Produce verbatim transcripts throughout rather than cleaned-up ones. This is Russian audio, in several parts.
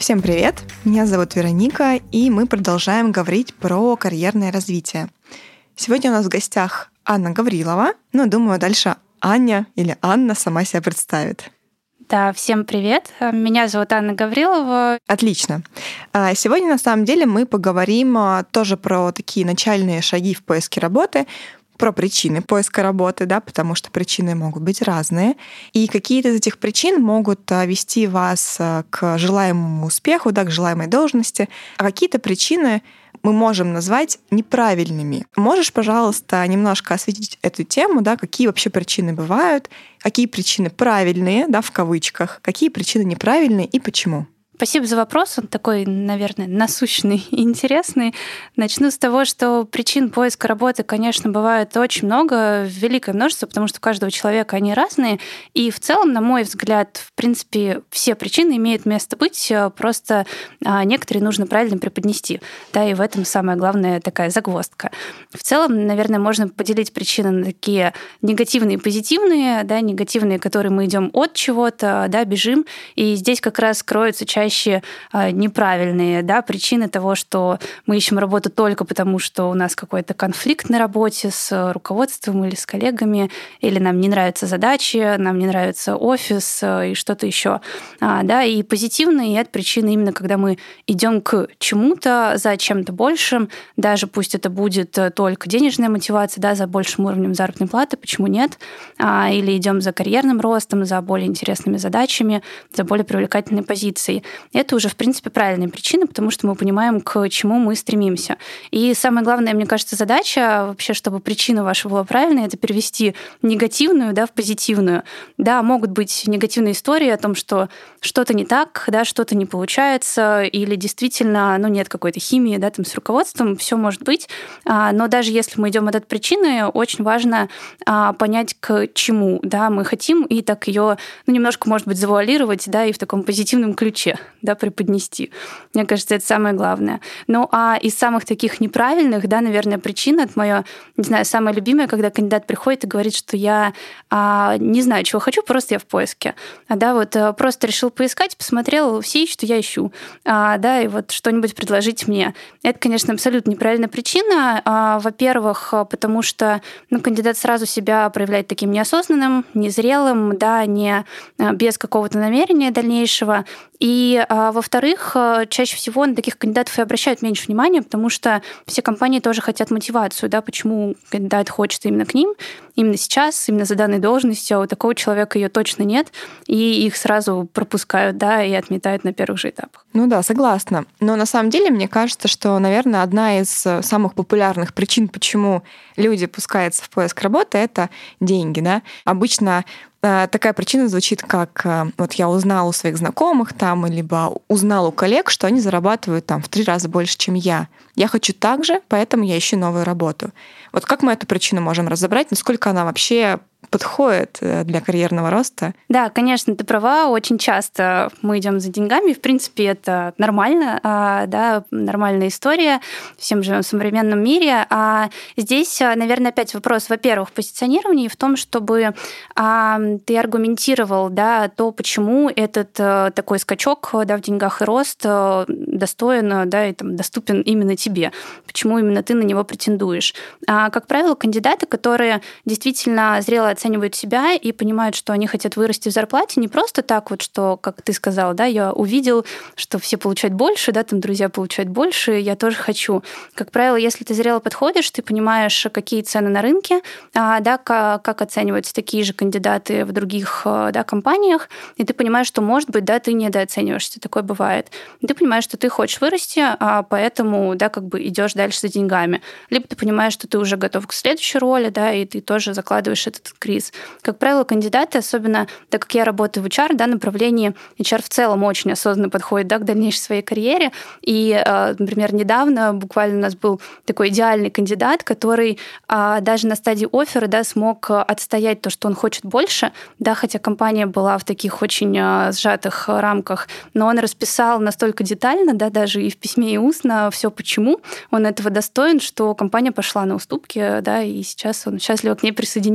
Всем привет! Меня зовут Вероника, и мы продолжаем говорить про карьерное развитие. Сегодня у нас в гостях Анна Гаврилова. Ну, думаю, дальше Аня или Анна сама себя представит. Да, всем привет. Меня зовут Анна Гаврилова. Отлично. Сегодня, на самом деле, мы поговорим тоже про такие начальные шаги в поиске работы, про причины поиска работы, да, потому что причины могут быть разные. И какие-то из этих причин могут вести вас к желаемому успеху, да, к желаемой должности, а какие-то причины мы можем назвать неправильными. Можешь, пожалуйста, немножко осветить эту тему, да, какие вообще причины бывают, какие причины правильные, да, в кавычках, какие причины неправильные и почему? Спасибо за вопрос. Он такой, наверное, насущный и интересный. Начну с того, что причин поиска работы, конечно, бывает очень много, великое множество, потому что у каждого человека они разные. И в целом, на мой взгляд, в принципе, все причины имеют место быть, просто некоторые нужно правильно преподнести. Да, и в этом самая главная такая загвоздка. В целом, наверное, можно поделить причины на такие негативные и позитивные, да, негативные, которые мы идем от чего-то, да, бежим. И здесь как раз кроются чаще неправильные, да, причины того, что мы ищем работу только потому, что у нас какой-то конфликт на работе с руководством или с коллегами, или нам не нравятся задачи, нам не нравится офис и что-то еще. Да, и позитивные — это причины именно, когда мы идем к чему-то, за чем-то большим, даже пусть это будет только денежная мотивация, да, за большим уровнем заработной платы, почему нет, или идем за карьерным ростом, за более интересными задачами, за более привлекательной позицией. Это уже, в принципе, правильные причины, потому что мы понимаем, к чему мы стремимся. И самая главная, мне кажется, задача вообще, чтобы причина ваша была правильной, это перевести негативную, да, в позитивную. Да, могут быть негативные истории о том, что что-то не так, да, что-то не получается, или действительно, ну, нет какой-то химии, да, там, с руководством, все может быть. Но даже если мы идем от этой причины, очень важно понять, к чему, да, мы хотим, и так ее, ну, немножко, может быть, завуалировать, да, и в таком позитивном ключе, да, преподнести. Мне кажется, это самое главное. Ну, а из самых таких неправильных, да, наверное, причин, это моё, не знаю, самое любимое, когда кандидат приходит и говорит, что я а, не знаю, чего хочу, просто я в поиске. А, да, вот просто решил поискать, посмотрел, все ищут, я ищу. А, да, и вот что-нибудь предложить мне. Это, конечно, абсолютно неправильная причина. А, во-первых, потому что, ну, кандидат сразу себя проявляет таким неосознанным, незрелым, да, не без какого-то намерения дальнейшего. И, а, во-вторых, чаще всего на таких кандидатов и обращают меньше внимания, потому что все компании тоже хотят мотивацию, да, почему кандидат хочет именно к ним, именно сейчас, именно за данной должностью, а у такого человека ее точно нет, и их сразу пропускают, да, и отметают на первых же этапах. Ну да, согласна. Но на самом деле, мне кажется, что, наверное, одна из самых популярных причин, почему люди пускаются в поиск работы, это деньги, да. Обычно такая причина звучит как вот я узнал у своих знакомых там, либо узнал у коллег, что они зарабатывают там в три раза больше, чем я. Я хочу так же, поэтому я ищу новую работу. Вот как мы эту причину можем разобрать, насколько она вообще подходит для карьерного роста? Да, конечно, ты права. Очень часто мы идем за деньгами. В принципе, это нормально, да, нормальная история. Всем живем в современном мире. А здесь, наверное, опять вопрос, во-первых, в позиционировании, в том, чтобы ты аргументировал, да, то, почему этот такой скачок, да, в деньгах и рост достоин, да, и там, доступен именно тебе. Почему именно ты на него претендуешь. А, как правило, кандидаты, которые действительно зрело оценивают себя и понимают, что они хотят вырасти в зарплате не просто так вот, что, как ты сказала, да, я увидел, что все получают больше, да, там друзья получают больше, я тоже хочу. Как правило, если ты зрело подходишь, ты понимаешь, какие цены на рынке, да, как, как оцениваются такие же кандидаты в других, да, компаниях, и ты понимаешь, что, может быть, да, ты недооцениваешься, такое бывает. И ты понимаешь, что ты хочешь вырасти, поэтому, да, как бы идешь дальше за деньгами. Либо ты понимаешь, что ты уже готов к следующей роли, да, и ты тоже закладываешь этот криз. Как правило, кандидаты, особенно так как я работаю в эйч ар, да, направление эйч ар в целом очень осознанно подходит, да, к дальнейшей своей карьере. И, например, недавно буквально у нас был такой идеальный кандидат, который даже на стадии оффера, да, смог отстоять то, что он хочет больше, да, хотя компания была в таких очень сжатых рамках, но он расписал настолько детально, да, даже и в письме, и устно все, почему он этого достоин, что компания пошла на уступки, да, и сейчас он счастливо к ней присоединился на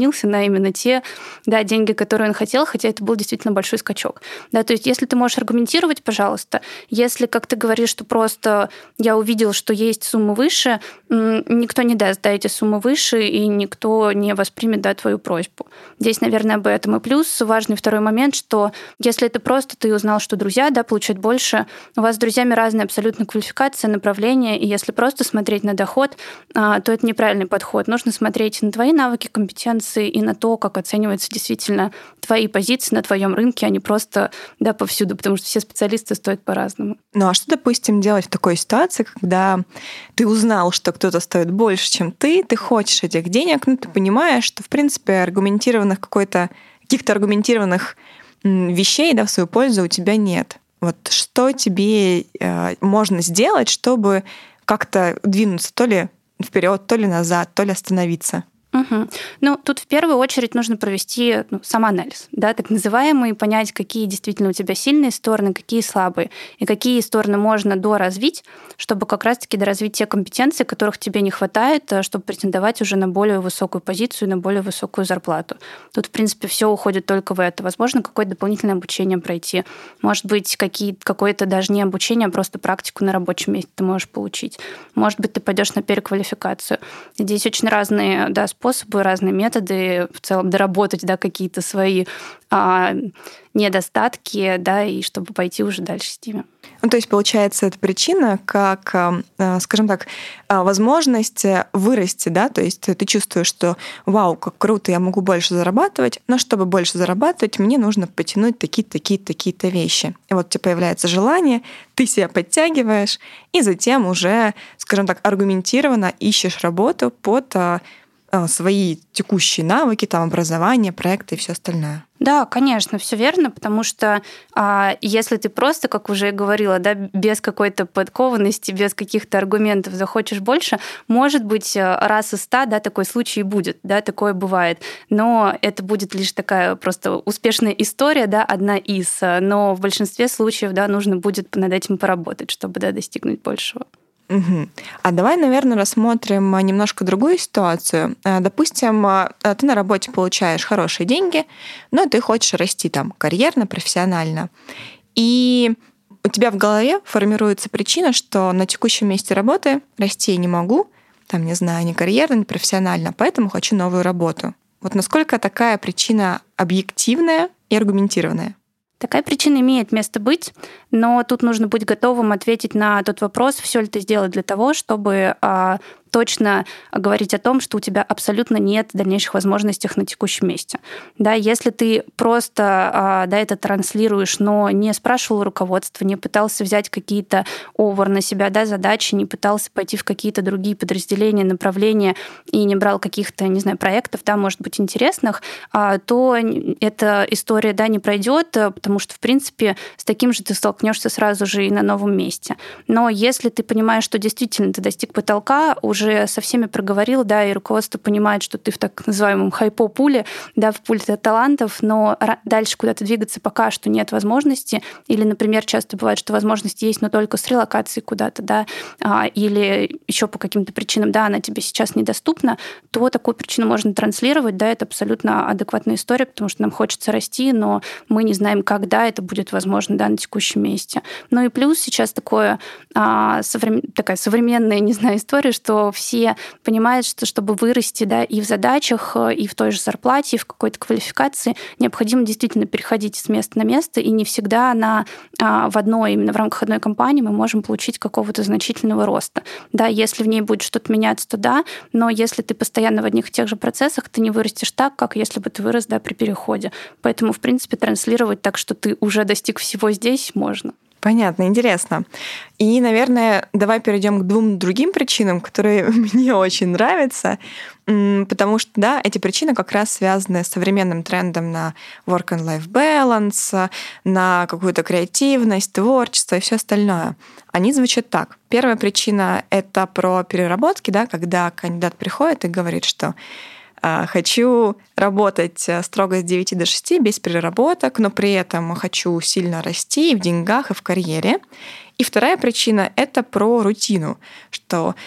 именно те, да, деньги, которые он хотел, хотя это был действительно большой скачок. Да, то есть если ты можешь аргументировать, пожалуйста. Если, как ты говоришь, что просто я увидел, что есть сумма выше, никто не даст, да, эти суммы выше, и никто не воспримет, да, твою просьбу. Здесь, наверное, об этом. И плюс важный второй момент, что если это просто ты узнал, что друзья, да, получают больше, у вас с друзьями разная абсолютно квалификация, направление, и если просто смотреть на доход, то это неправильный подход. Нужно смотреть на твои навыки, компетенции и на то, как оцениваются действительно твои позиции на твоем рынке, а не просто, да, повсюду, потому что все специалисты стоят по-разному. Ну а что, допустим, делать в такой ситуации, когда ты узнал, что кто-то стоит больше, чем ты, ты хочешь этих денег, но ты понимаешь, что, в принципе, аргументированных какой-то, каких-то аргументированных вещей, да, в свою пользу у тебя нет. Вот что тебе э, можно сделать, чтобы как-то двинуться то ли вперед, то ли назад, то ли остановиться? Угу. Ну, тут в первую очередь нужно провести ну, самоанализ, да, так называемый, понять, какие действительно у тебя сильные стороны, какие слабые, и какие стороны можно доразвить, чтобы как раз-таки доразвить те компетенции, которых тебе не хватает, чтобы претендовать уже на более высокую позицию, на более высокую зарплату. Тут, в принципе, все уходит только в это. Возможно, какое-то дополнительное обучение пройти. Может быть, какие, какое-то даже не обучение, а просто практику на рабочем месте ты можешь получить. Может быть, ты пойдешь на переквалификацию. Здесь очень разные, да, способы, разные методы в целом доработать, да, какие-то свои а, недостатки, да, и чтобы пойти уже дальше с ними. Ну, то есть, получается, это причина как, скажем так, возможность вырасти, да, то есть ты чувствуешь, что вау, как круто, я могу больше зарабатывать, но чтобы больше зарабатывать, мне нужно потянуть такие-то, такие-то, такие-то вещи. И вот у тебя появляется желание, ты себя подтягиваешь, и затем уже, скажем так, аргументированно ищешь работу под свои текущие навыки, там, образование, проекты и все остальное. Да, конечно, все верно, потому что а, если ты просто, как уже и говорила, да, без какой-то подкованности, без каких-то аргументов захочешь больше, может быть, раз из ста, да, такой случай и будет, да, такое бывает. Но это будет лишь такая просто успешная история, да, одна из. Но в большинстве случаев, да, нужно будет над этим поработать, чтобы, да, достигнуть большего. Угу. А давай, наверное, рассмотрим немножко другую ситуацию. Допустим, ты на работе получаешь хорошие деньги, но ты хочешь расти там карьерно, профессионально. И у тебя в голове формируется причина, что на текущем месте работы расти я не могу, там, не знаю, ни карьерно, ни профессионально, поэтому хочу новую работу. Вот насколько такая причина объективная и аргументированная? Такая причина имеет место быть, но тут нужно быть готовым ответить на тот вопрос, все ли ты сделал для того, чтобы а, точно говорить о том, что у тебя абсолютно нет дальнейших возможностей на текущем месте. Да, если ты просто а, да, это транслируешь, но не спрашивал руководство, не пытался взять какие-то овер на себя, да, задачи, не пытался пойти в какие-то другие подразделения, направления и не брал каких-то, не знаю, проектов, да, может быть, интересных, а, то эта история, да, не пройдет, потому что, в принципе, с таким же ты столкнешься сразу же и на новом месте. Но если ты понимаешь, что действительно ты достиг потолка, уже со всеми проговорил, да, и руководство понимает, что ты в так называемом хайпо-пуле, да, в пуле талантов, но дальше куда-то двигаться пока что нет возможности, или, например, часто бывает, что возможность есть, но только с релокацией куда-то, да, или еще по каким-то причинам, да, она тебе сейчас недоступна, то такую причину можно транслировать, да, это абсолютно адекватная история, потому что нам хочется расти, но мы не знаем, когда это будет возможно, да, на текущем месте. Ну и плюс сейчас такое, а, соврем... такая современная, не знаю, история, что все понимают, что чтобы вырасти, да, и в задачах, и в той же зарплате, и в какой-то квалификации, необходимо действительно переходить с места на место, и не всегда на, а, в одной, именно в рамках одной компании мы можем получить какого-то значительного роста. Да, если в ней будет что-то меняться, то да, но если ты постоянно в одних и тех же процессах, ты не вырастешь так, как если бы ты вырос, да, при переходе. Поэтому, в принципе, транслировать так, что ты уже достиг всего здесь, можно. Понятно, интересно. И, наверное, давай перейдем к двум другим причинам, которые мне очень нравятся, потому что, да, эти причины как раз связаны с современным трендом на work and life balance, на какую-то креативность, творчество и все остальное. Они звучат так. Первая причина — это про переработки, да, когда кандидат приходит и говорит, что хочу работать строго с девяти до шести, без переработок, но при этом хочу сильно расти и в деньгах, и в карьере. И вторая причина — это про рутину, что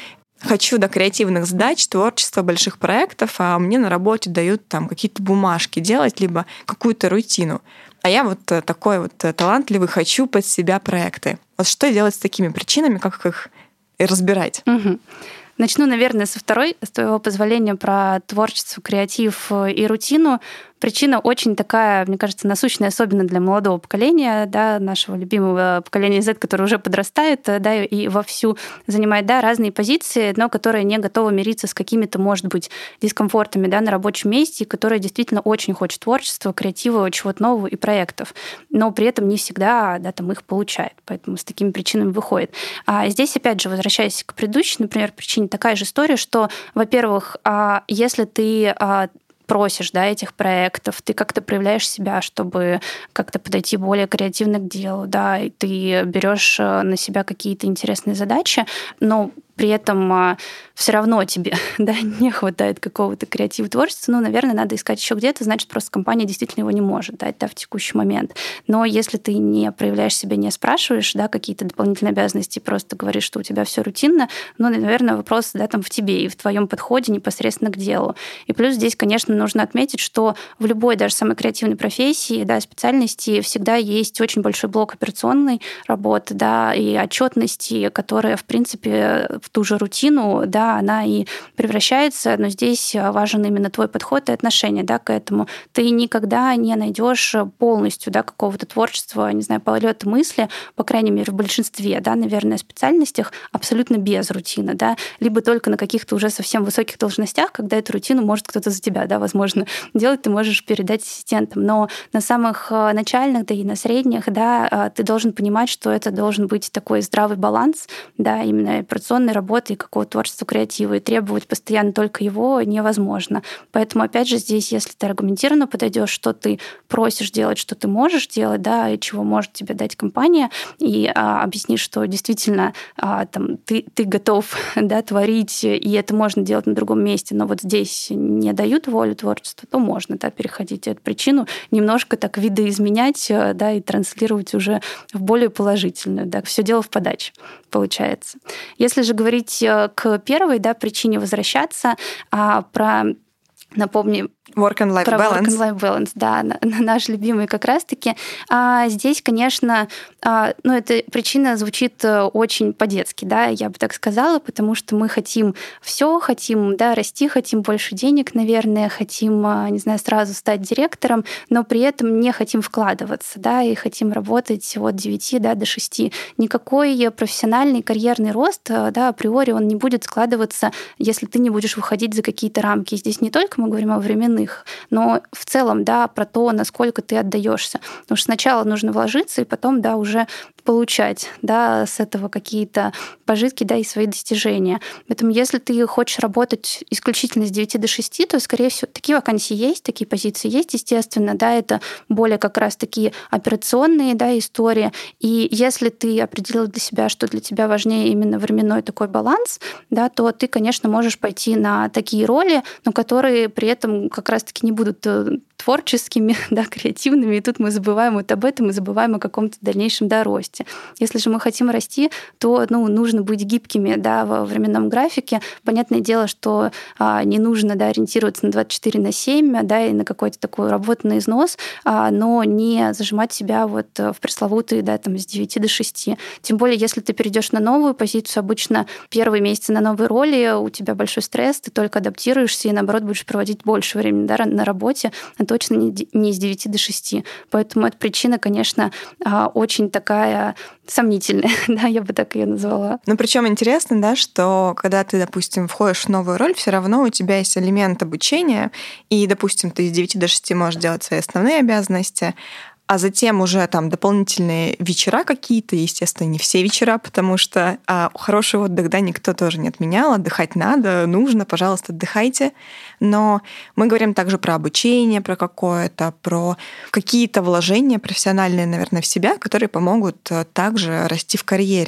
хочу до креативных задач, творчества, больших проектов, а мне на работе дают там какие-то бумажки делать, либо какую-то рутину. А я вот такой вот талантливый, хочу под себя проекты. Вот что делать с такими причинами, как их разбирать? Угу. Начну, наверное, со второй, с твоего позволения, про творчество, креатив и рутину. Причина очень такая, мне кажется, насущная, особенно для молодого поколения, да, нашего любимого поколения Z, которое уже подрастает, да, и вовсю занимает, да, разные позиции, но которое не готово мириться с какими-то, может быть, дискомфортами, да, на рабочем месте, и которое действительно очень хочет творчества, креатива, чего-то нового и проектов, но при этом не всегда, да, там их получает, поэтому с такими причинами выходит. А здесь, опять же, возвращаясь к предыдущей, например, причине, такая же история, что, во-первых, если ты просишь, да, этих проектов, ты как-то проявляешь себя, чтобы как-то подойти более креативно к делу, да, и ты берешь на себя какие-то интересные задачи, но при этом все равно тебе, да, не хватает какого-то креатива, творчества, ну, наверное, надо искать еще где-то, значит, просто компания действительно его не может дать, да, в текущий момент. Но если ты не проявляешь себя, не спрашиваешь, да, какие-то дополнительные обязанности, просто говоришь, что у тебя все рутинно, ну, наверное, вопрос, да, там в тебе и в твоем подходе непосредственно к делу. И плюс здесь, конечно, нужно отметить, что в любой даже самой креативной профессии, да, специальности всегда есть очень большой блок операционной работы, да, и отчетности, которая, в принципе, в ту же рутину, да, она и превращается, но здесь важен именно твой подход и отношение, да, к этому. Ты никогда не найдешь полностью, да, какого-то творчества, не знаю, полета мысли, по крайней мере, в большинстве, да, наверное, специальностях абсолютно без рутины, да, либо только на каких-то уже совсем высоких должностях, когда эту рутину может кто-то за тебя, да, возможно, делать, ты можешь передать ассистентам. Но на самых начальных, да и на средних, да, ты должен понимать, что это должен быть такой здравый баланс, да, именно операционной работы и какого-то творчества, креатива, и требовать постоянно только его невозможно. Поэтому, опять же, здесь, если ты аргументированно подойдешь, что ты просишь делать, что ты можешь делать, да, и чего может тебе дать компания, и а, объяснишь, что действительно а, там, ты, ты готов, да, творить, и это можно делать на другом месте, но вот здесь не дают волю творчеству, то можно, да, переходить эту причину, немножко так видоизменять, да, и транслировать уже в более положительную. Да, все дело в подаче, получается. Если же говорить к первой, да, причине возвращаться, а, про, напомню, Work and life про balance. Work and life balance, да, наш любимый как раз-таки. А здесь, конечно, а, ну, эта причина звучит очень по-детски, да, я бы так сказала, потому что мы хотим все, хотим, да, расти, хотим больше денег, наверное, хотим, не знаю, сразу стать директором, но при этом не хотим вкладываться, да, и хотим работать от девяти, да, до шести. Никакой профессиональный карьерный рост, да, априори он не будет складываться, если ты не будешь выходить за какие-то рамки. Здесь не только мы говорим о временных, но в целом, да, про то, насколько ты отдаешься. Потому что сначала нужно вложиться, и потом, да, уже получать, да, с этого какие-то пожитки, да, и свои достижения. Поэтому если ты хочешь работать исключительно с девяти до шести, то, скорее всего, такие вакансии есть, такие позиции есть, естественно, да, это более как раз такие операционные, да, истории. И если ты определил для себя, что для тебя важнее именно временной такой баланс, да, то ты, конечно, можешь пойти на такие роли, но которые при этом как раз-таки не будут творческими, да, креативными, и тут мы забываем вот об этом и забываем о каком-то дальнейшем, да, росте. Если же мы хотим расти, то, ну, нужно быть гибкими, да, во временном графике. Понятное дело, что а, не нужно, да, ориентироваться на двадцать четыре на семь, да, и на какой-то такой работу на износ, а, но не зажимать себя вот в пресловутые, да, там, с девяти до шести. Тем более, если ты перейдешь на новую позицию, обычно первые месяцы на новой роли, у тебя большой стресс, ты только адаптируешься и, наоборот, будешь проводить больше времени, да, на работе, а точно не с девяти до шести. Поэтому эта причина, конечно, очень такая сомнительная, да, я бы так ее назвала. Ну, причем интересно, да, что когда ты, допустим, входишь в новую роль, все равно у тебя есть элемент обучения, и, допустим, ты с девяти до шести можешь делать свои основные обязанности, а затем уже там дополнительные вечера какие-то, естественно, не все вечера, потому что а, хороший отдых, да, никто тоже не отменял, отдыхать надо, нужно, пожалуйста, отдыхайте. Но мы говорим также про обучение, про какое-то, про какие-то вложения профессиональные, наверное, в себя, которые помогут также расти в карьере.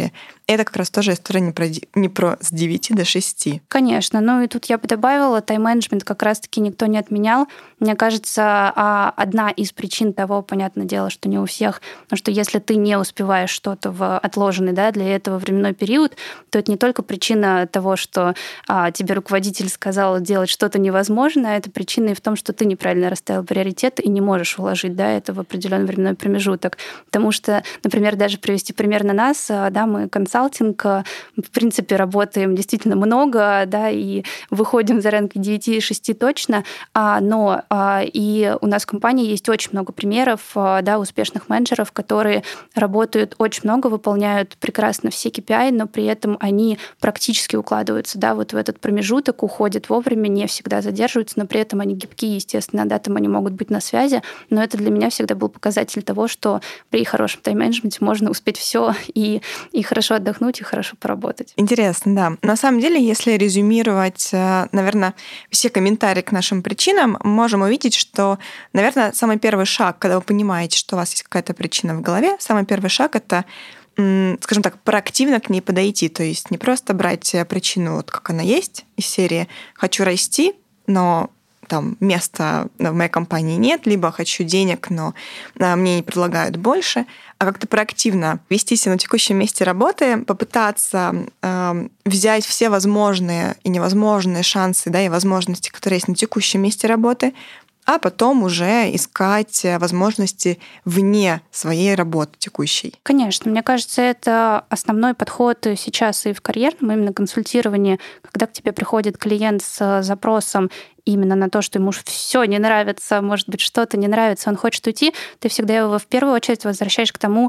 это как раз тоже история не про, не про с девяти до шести. Конечно. Ну и тут я бы добавила, тайм-менеджмент как раз-таки никто не отменял. Мне кажется, одна из причин того, понятное дело, что не у всех, но что если ты не успеваешь что-то в отложенный, да, для этого временной период, то это не только причина того, что а, тебе руководитель сказал делать что-то невозможное, это причина и в том, что ты неправильно расставил приоритеты и не можешь уложить, да, это в определенный временной промежуток. Потому что, например, даже привести пример на нас, да, мы консалтинг, в принципе, работаем действительно много, да, и выходим за рамки девяти-шести точно, но и у нас в компании есть очень много примеров, да, успешных менеджеров, которые работают очень много, выполняют прекрасно все кей пи ай, но при этом они практически укладываются, да, вот в этот промежуток, уходят вовремя, не всегда задерживаются, но при этом они гибкие, естественно, да, там они могут быть на связи, но это для меня всегда был показатель того, что при хорошем тайм-менеджменте можно успеть все и, и хорошо отдохнуть и хорошо поработать. Интересно, да. На самом деле, если резюмировать, наверное, все комментарии к нашим причинам, можем увидеть, что, наверное, самый первый шаг, когда вы понимаете, что у вас есть какая-то причина в голове, самый первый шаг — это, скажем так, проактивно к ней подойти. То есть не просто брать причину, вот как она есть, из серии «хочу расти», но там места в моей компании нет, либо хочу денег, но мне не предлагают больше, а как-то проактивно вести себя на текущем месте работы, попытаться э, взять все возможные и невозможные шансы, да, и возможности, которые есть на текущем месте работы, а потом уже искать возможности вне своей работы текущей. Конечно, мне кажется, это основной подход сейчас и в карьерном именно консультировании, когда к тебе приходит клиент с запросом именно на то, что ему все не нравится, может быть, что-то не нравится, он хочет уйти, ты всегда его в первую очередь возвращаешь к тому,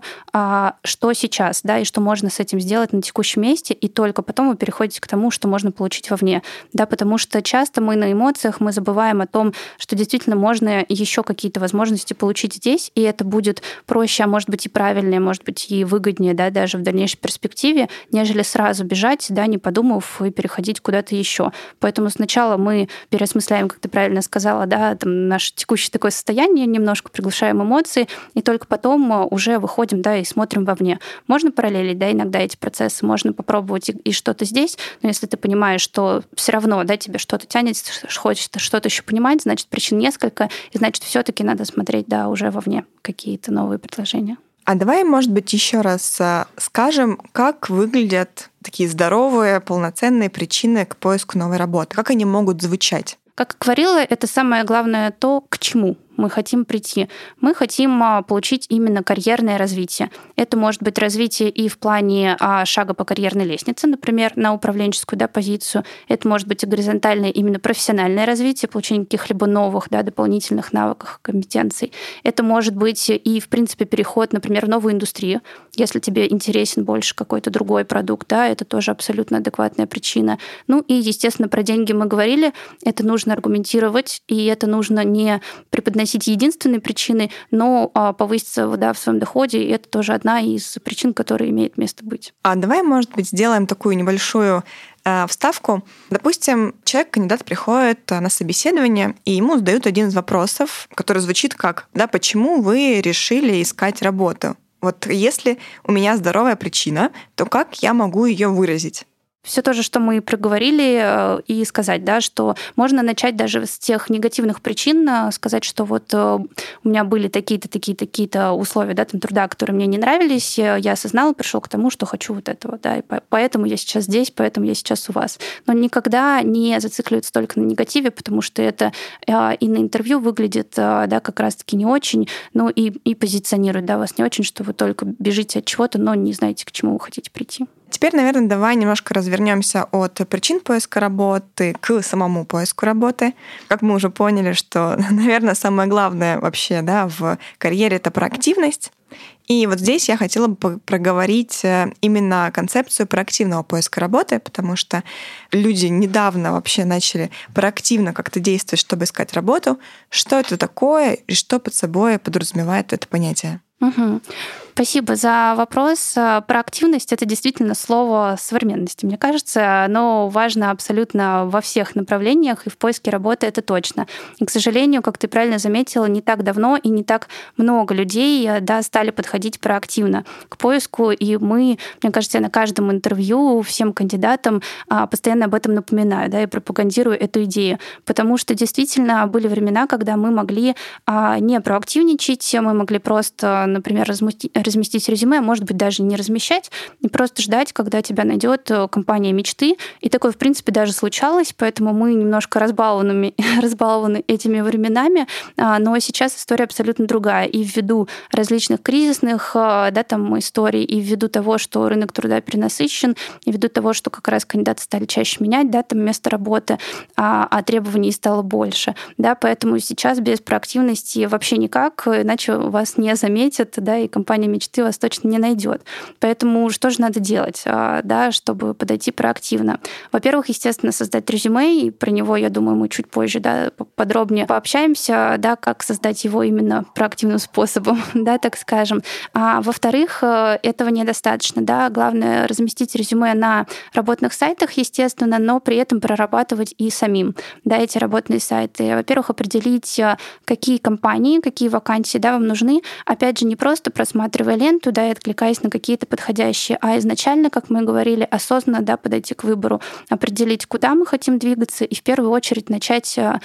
что сейчас, да, и что можно с этим сделать на текущем месте, и только потом вы переходите к тому, что можно получить вовне, да, потому что часто мы на эмоциях, мы забываем о том, что действительно можно еще какие-то возможности получить здесь, и это будет проще, а может быть и правильнее, может быть и выгоднее, да, даже в дальнейшей перспективе, нежели сразу бежать, да, не подумав, и переходить куда-то еще. Поэтому сначала мы переосмысляем, как ты правильно сказала, да, там наше текущее такое состояние, немножко приглушаем эмоции, и только потом уже выходим, да, и смотрим вовне. Можно параллелить, да, иногда эти процессы, можно попробовать и, и что-то здесь, но если ты понимаешь, что все равно, да, тебе что-то тянет, хочешь что-то еще понимать, значит, причин несколько, и значит, все-таки надо смотреть, да, уже вовне какие-то новые предложения. А давай, может быть, еще раз скажем, как выглядят такие здоровые, полноценные причины к поиску новой работы, как они могут звучать? Как говорила, это самое главное то, к чему мы хотим прийти. Мы хотим получить именно карьерное развитие. Это может быть развитие и в плане шага по карьерной лестнице, например, на управленческую, да, позицию. Это может быть и горизонтальное именно профессиональное развитие, получение каких-либо новых, да, дополнительных навыков, компетенций. Это может быть и, в принципе, переход, например, в новую индустрию. Если тебе интересен больше какой-то другой продукт, да, это тоже абсолютно адекватная причина. Ну и, естественно, про деньги мы говорили. Это нужно аргументировать, и это нужно не преподносить единственной причиной, но повыситься, да, в своем доходе, и это тоже одна из причин, которые имеют место быть. А давай, может быть, сделаем такую небольшую э, вставку. Допустим, человек, кандидат, приходит на собеседование, и ему задают один из вопросов, который звучит как, да, почему вы решили искать работу? Вот если у меня здоровая причина, то как я могу ее выразить? Все то же, что мы проговорили, и сказать, да, что можно начать даже с тех негативных причин, сказать, что вот у меня были такие-то, такие-то, такие-то условия, да, там, труда, которые мне не нравились, я осознала, пришел к тому, что хочу вот этого, да, и поэтому я сейчас здесь, поэтому я сейчас у вас. Но никогда не зацикливаться только на негативе, потому что это и на интервью выглядит, да, как раз-таки не очень, ну и, и позиционирует, да, вас не очень, что вы только бежите от чего-то, но не знаете, к чему вы хотите прийти. Теперь, наверное, давай немножко развернемся от причин поиска работы к самому поиску работы. Как мы уже поняли, что, наверное, самое главное вообще, да, в карьере — это проактивность. И вот здесь я хотела бы проговорить именно концепцию проактивного поиска работы, потому что люди недавно вообще начали проактивно как-то действовать, чтобы искать работу. Что это такое и что под собой подразумевает это понятие? Угу. Спасибо за вопрос. Проактивность — это действительно слово современности. Мне кажется, оно важно абсолютно во всех направлениях, и в поиске работы это точно. И, к сожалению, как ты правильно заметила, не так давно и не так много людей, да, стали подходить проактивно к поиску, и мы, мне кажется, я на каждом интервью всем кандидатам постоянно об этом напоминаю, да, и пропагандирую эту идею, потому что действительно были времена, когда мы могли не проактивничать, мы могли просто, например, разместить разместить резюме, а может быть, даже не размещать, и просто ждать, когда тебя найдет компания мечты. И такое, в принципе, даже случалось, поэтому мы немножко разбалованы, разбалованы этими временами, но сейчас история абсолютно другая. И ввиду различных кризисных, да, там, историй, и ввиду того, что рынок труда перенасыщен, и ввиду того, что как раз кандидаты стали чаще менять, да, там, место работы, а, а требований стало больше. Да, поэтому сейчас без проактивности вообще никак, иначе вас не заметят, да, и компания мечты вас точно не найдет. Поэтому что же надо делать, да, чтобы подойти проактивно? Во-первых, естественно, создать резюме, и про него, я думаю, мы чуть позже, да, подробнее пообщаемся, да, как создать его именно проактивным способом, да, так скажем. А во-вторых, этого недостаточно, да, главное разместить резюме на работных сайтах, естественно, но при этом прорабатывать и самим, да, эти работные сайты. Во-первых, определить, какие компании, какие вакансии, да, вам нужны. Опять же, не просто просматривая ленту, да, и откликаясь на какие-то подходящие, а изначально, как мы говорили, осознанно, да, подойти к выбору, определить, куда мы хотим двигаться, и в первую очередь начать а,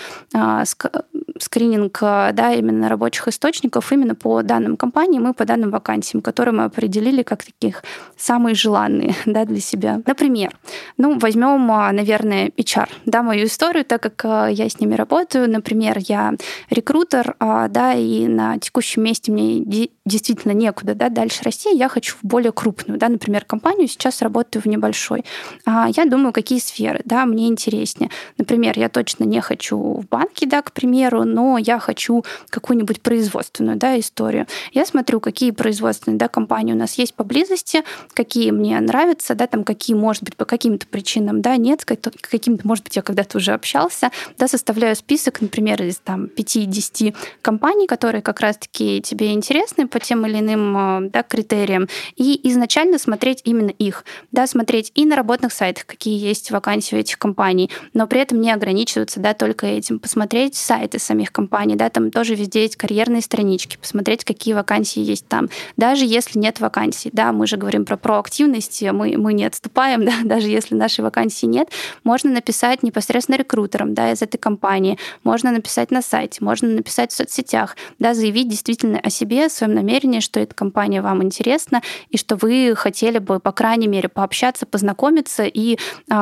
ск- скрининг, да, именно рабочих источников именно по данным компаниям и по данным вакансиям, которые мы определили как таких самые желанные, да, для себя. Например, ну, возьмем, наверное, эйч ар, да, мою историю, так как я с ними работаю. Например, я рекрутер, да, и на текущем месте мне действительно некуда, да, дальше расти, я хочу в более крупную, да, например, компанию, сейчас работаю в небольшой. Я думаю, какие сферы, да, мне интереснее. Например, я точно не хочу в банке, да, к примеру, но я хочу какую-нибудь производственную, да, историю. Я смотрю, какие производственные, да, компании у нас есть поблизости, какие мне нравятся, да, там, какие, может быть, по каким-то причинам, да, нет, каким-то, может быть, я когда-то уже общался, да, составляю список, например, из там пяти-десяти компаний, которые как раз-таки тебе интересны по тем или иным, да, критериям, и изначально смотреть именно их, да, смотреть и на работных сайтах, какие есть вакансии у этих компаний, но при этом не ограничиваться, да, только этим, посмотреть сайты самих компаний, да, там тоже везде есть карьерные странички, посмотреть, какие вакансии есть там, даже если нет вакансий, да, мы же говорим про проактивность, мы, мы не отступаем, да, даже если нашей вакансии нет, можно написать непосредственно рекрутерам, да, из этой компании, можно написать на сайте, можно написать в соцсетях, да, заявить действительно о себе, о своем намерении, что эта компания вам интересна, и что вы хотели бы, по крайней мере, пообщаться, познакомиться и э,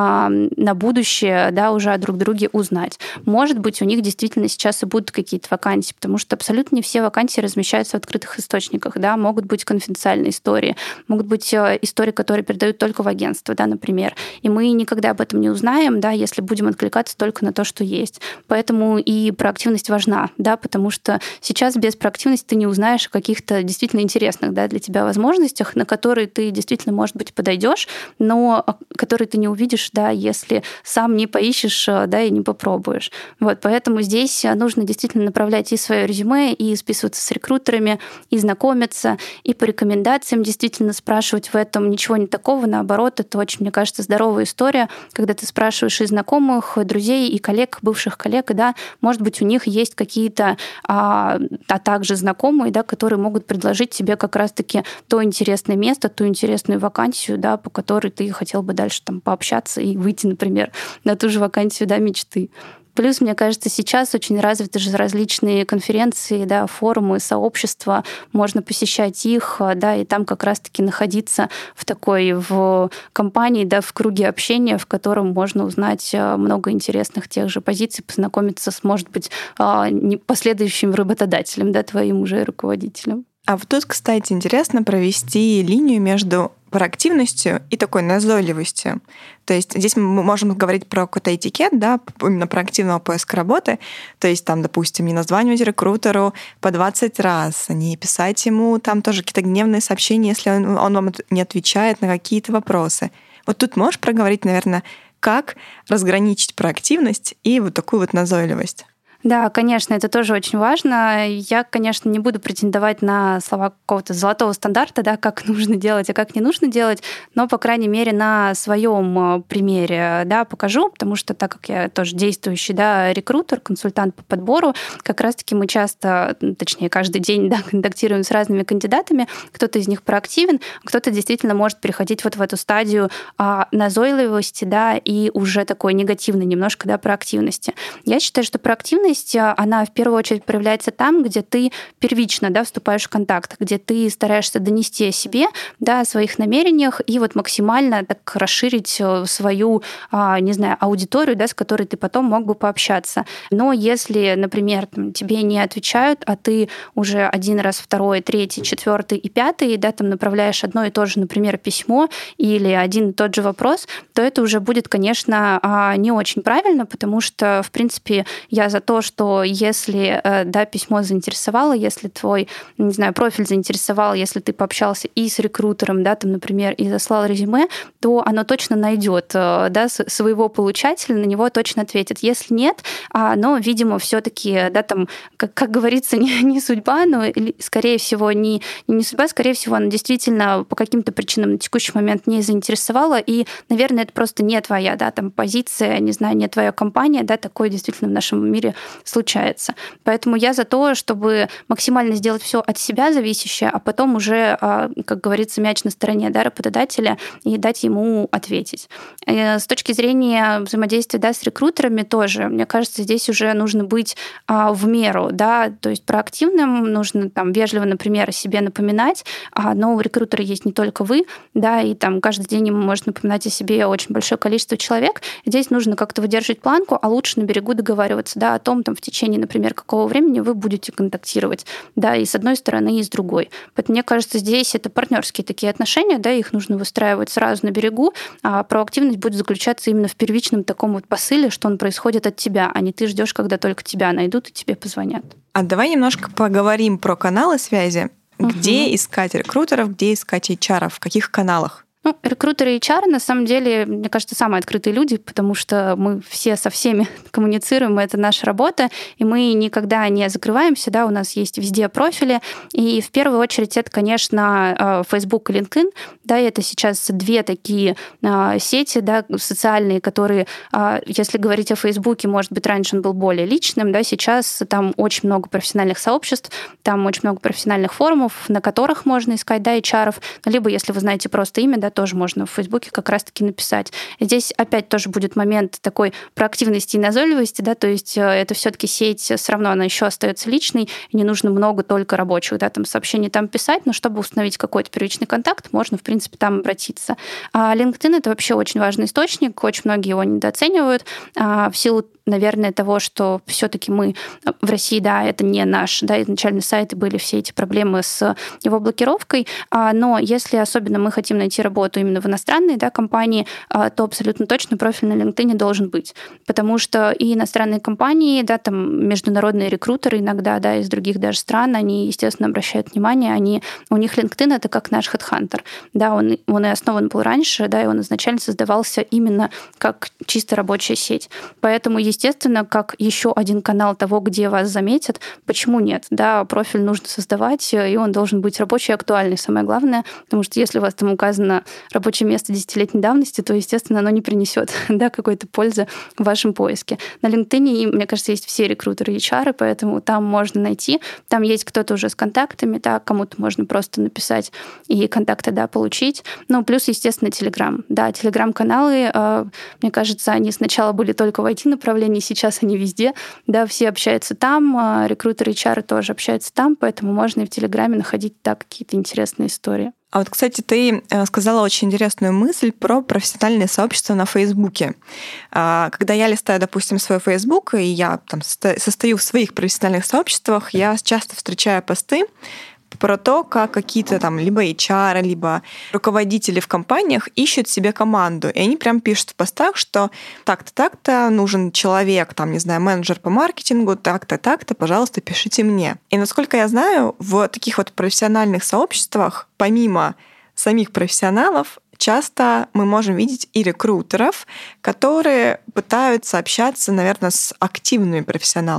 на будущее, да, уже о друг друге узнать. Может быть, у них действительно сейчас и будут какие-то вакансии, потому что абсолютно не все вакансии размещаются в открытых источниках, да, могут быть конфиденциальные истории, могут быть истории, которые передают только в агентство, да, например, и мы никогда об этом не узнаем, да, если будем откликаться только на то, что есть. Поэтому и проактивность важна, да, потому что сейчас без проактивности ты не узнаешь о каких-то действительно интересных, да, для тебя возможностях, на которые ты действительно, может быть, подойдешь, но которые ты не увидишь, да, если сам не поищешь, да, и не попробуешь. Вот, поэтому здесь нужно действительно направлять и свое резюме, и списываться с рекрутерами, и знакомиться, и по рекомендациям действительно спрашивать в этом ничего не такого, наоборот, это очень, мне кажется, здоровая история, когда ты спрашиваешь и знакомых, и друзей, и коллег, бывших коллег, да, может быть, у них есть какие-то, а, а также знакомые, да, которые могут предложить тебе как раз-таки то интересное место, ту интересную вакансию, да, по которой ты хотел бы дальше там пообщаться и выйти, например, на ту же вакансию, да, мечты. Плюс, мне кажется, сейчас очень развиты же различные конференции, да, форумы, сообщества, можно посещать их, да, и там как раз-таки находиться в такой в компании, да, в круге общения, в котором можно узнать много интересных тех же позиций, познакомиться с, может быть, последующим работодателем, да, твоим уже руководителем. А вот тут, кстати, интересно провести линию между проактивностью и такой назойливостью. То есть здесь мы можем говорить про какой-то этикет, да, именно про активного поиска работы. То есть там, допустим, не названивать рекрутеру по двадцать раз, не писать ему там тоже какие-то гневные сообщения, если он, он вам не отвечает на какие-то вопросы. Вот тут можешь проговорить, наверное, как разграничить проактивность и вот такую вот назойливость? Да, конечно, это тоже очень важно. Я, конечно, не буду претендовать на слова какого-то золотого стандарта, да, как нужно делать, а как не нужно делать, но, по крайней мере, на своем примере, да, покажу, потому что, так как я тоже действующий, да, рекрутер, консультант по подбору, как раз-таки мы часто, точнее, каждый день, да, контактируем с разными кандидатами, кто-то из них проактивен, а кто-то действительно может переходить вот в эту стадию а, назойливости, да, и уже такой негативной немножко, да, проактивности. Я считаю, что проактивность, она в первую очередь проявляется там, где ты первично, да, вступаешь в контакт, где ты стараешься донести о себе, да, о своих намерениях и вот максимально так расширить свою, не знаю, аудиторию, да, с которой ты потом мог бы пообщаться. Но если, например, там, тебе не отвечают, а ты уже один раз, второй, третий, четвертый и пятый, да, там направляешь одно и то же, например, письмо или один и тот же вопрос, то это уже будет, конечно, не очень правильно, потому что, в принципе, я за то, что если, да, письмо заинтересовало, если твой, не знаю, профиль заинтересовал, если ты пообщался и с рекрутером, да, там, например, и заслал резюме, то оно точно найдет, да, своего получателя, на него точно ответит. Если нет, но, видимо, все-таки, да, там, как, как говорится, не, не судьба, но, скорее всего, не, не судьба, скорее всего, она действительно по каким-то причинам на текущий момент не заинтересовала, и, наверное, это просто не твоя, да, там, позиция, не знаю, не твоя компания, да, такое действительно в нашем мире случается. Поэтому я за то, чтобы максимально сделать все от себя зависящее, а потом уже, как говорится, мяч на стороне, да, работодателя и дать ему ответить. И с точки зрения взаимодействия, да, с рекрутерами тоже, мне кажется, здесь уже нужно быть в меру, да, то есть проактивным, нужно там вежливо, например, о себе напоминать, но у рекрутера есть не только вы, да, и там каждый день ему может напоминать о себе очень большое количество человек. Здесь нужно как-то выдерживать планку, а лучше на берегу договариваться, да, о том, там, в течение, например, какого времени вы будете контактировать, да, и с одной стороны, и с другой. Поэтому, мне кажется, здесь это партнерские такие отношения, да, их нужно выстраивать сразу на берегу, а проактивность будет заключаться именно в первичном таком вот посыле, что он происходит от тебя, а не ты ждешь, когда только тебя найдут и тебе позвонят. А давай немножко поговорим про каналы связи. Угу. Где искать рекрутеров, где искать эйч ар, в каких каналах? Ну, рекрутеры и эйч ар, на самом деле, мне кажется, самые открытые люди, потому что мы все со всеми коммуницируем, это наша работа, и мы никогда не закрываемся, да, у нас есть везде профили, и в первую очередь это, конечно, Facebook и LinkedIn, да, и это сейчас две такие сети, да, социальные, которые, если говорить о Facebook, может быть, раньше он был более личным, да, сейчас там очень много профессиональных сообществ, там очень много профессиональных форумов, на которых можно искать, да, эйч ар-ов, либо, если вы знаете просто имя, да, тоже можно в Фейсбуке как раз-таки написать. Здесь опять тоже будет момент такой проактивности и назойливости, да, то есть это все-таки сеть, все равно она еще остается личной, и не нужно много только рабочих, да, там сообщений там писать, но чтобы установить какой-то первичный контакт, можно, в принципе, там обратиться. А LinkedIn — это вообще очень важный источник, очень многие его недооценивают в силу, наверное, того, что все-таки мы в России, да, это не наш, да, изначально сайты были все эти проблемы с его блокировкой, но если особенно мы хотим найти работу именно в иностранной, да, компании, то абсолютно точно профиль на LinkedIn должен быть, потому что и иностранные компании, да, там международные рекрутеры иногда, да, из других даже стран, они, естественно, обращают внимание, они, у них LinkedIn — это как наш HeadHunter, да, он, он и основан был раньше, да, и он изначально создавался именно как чисто рабочая сеть, поэтому, естественно, как еще один канал того, где вас заметят, почему нет, да, профиль нужно создавать, и он должен быть рабочий и актуальный, самое главное, потому что если у вас там указано рабочее место десятилетней давности, то, естественно, оно не принесет, да, какой-то пользы в вашем поиске. На LinkedIn, мне кажется, есть все рекрутеры и эйч ар, поэтому там можно найти. Там есть кто-то уже с контактами, да, кому-то можно просто написать и контакты, да, получить. Ну, плюс, естественно, Telegram. Да, Telegram-каналы, мне кажется, они сначала были только в ай ти-направлении, сейчас они везде. Да, все общаются там, рекрутеры и эйч ар тоже общаются там, поэтому можно и в Телеграме находить, да, какие-то интересные истории. А вот, кстати, ты сказала очень интересную мысль про профессиональные сообщества на Фейсбуке. Когда я листаю, допустим, свой Фейсбук, и я там состою в своих профессиональных сообществах, я часто встречаю посты про то, как какие-то там либо эйч ар, либо руководители в компаниях ищут себе команду. И они прям пишут в постах, что так-то, так-то нужен человек, там, не знаю, менеджер по маркетингу, так-то, так-то, пожалуйста, пишите мне. И насколько я знаю, в таких вот профессиональных сообществах, помимо самих профессионалов, часто мы можем видеть и рекрутеров, которые пытаются общаться, наверное, с активными профессионалами.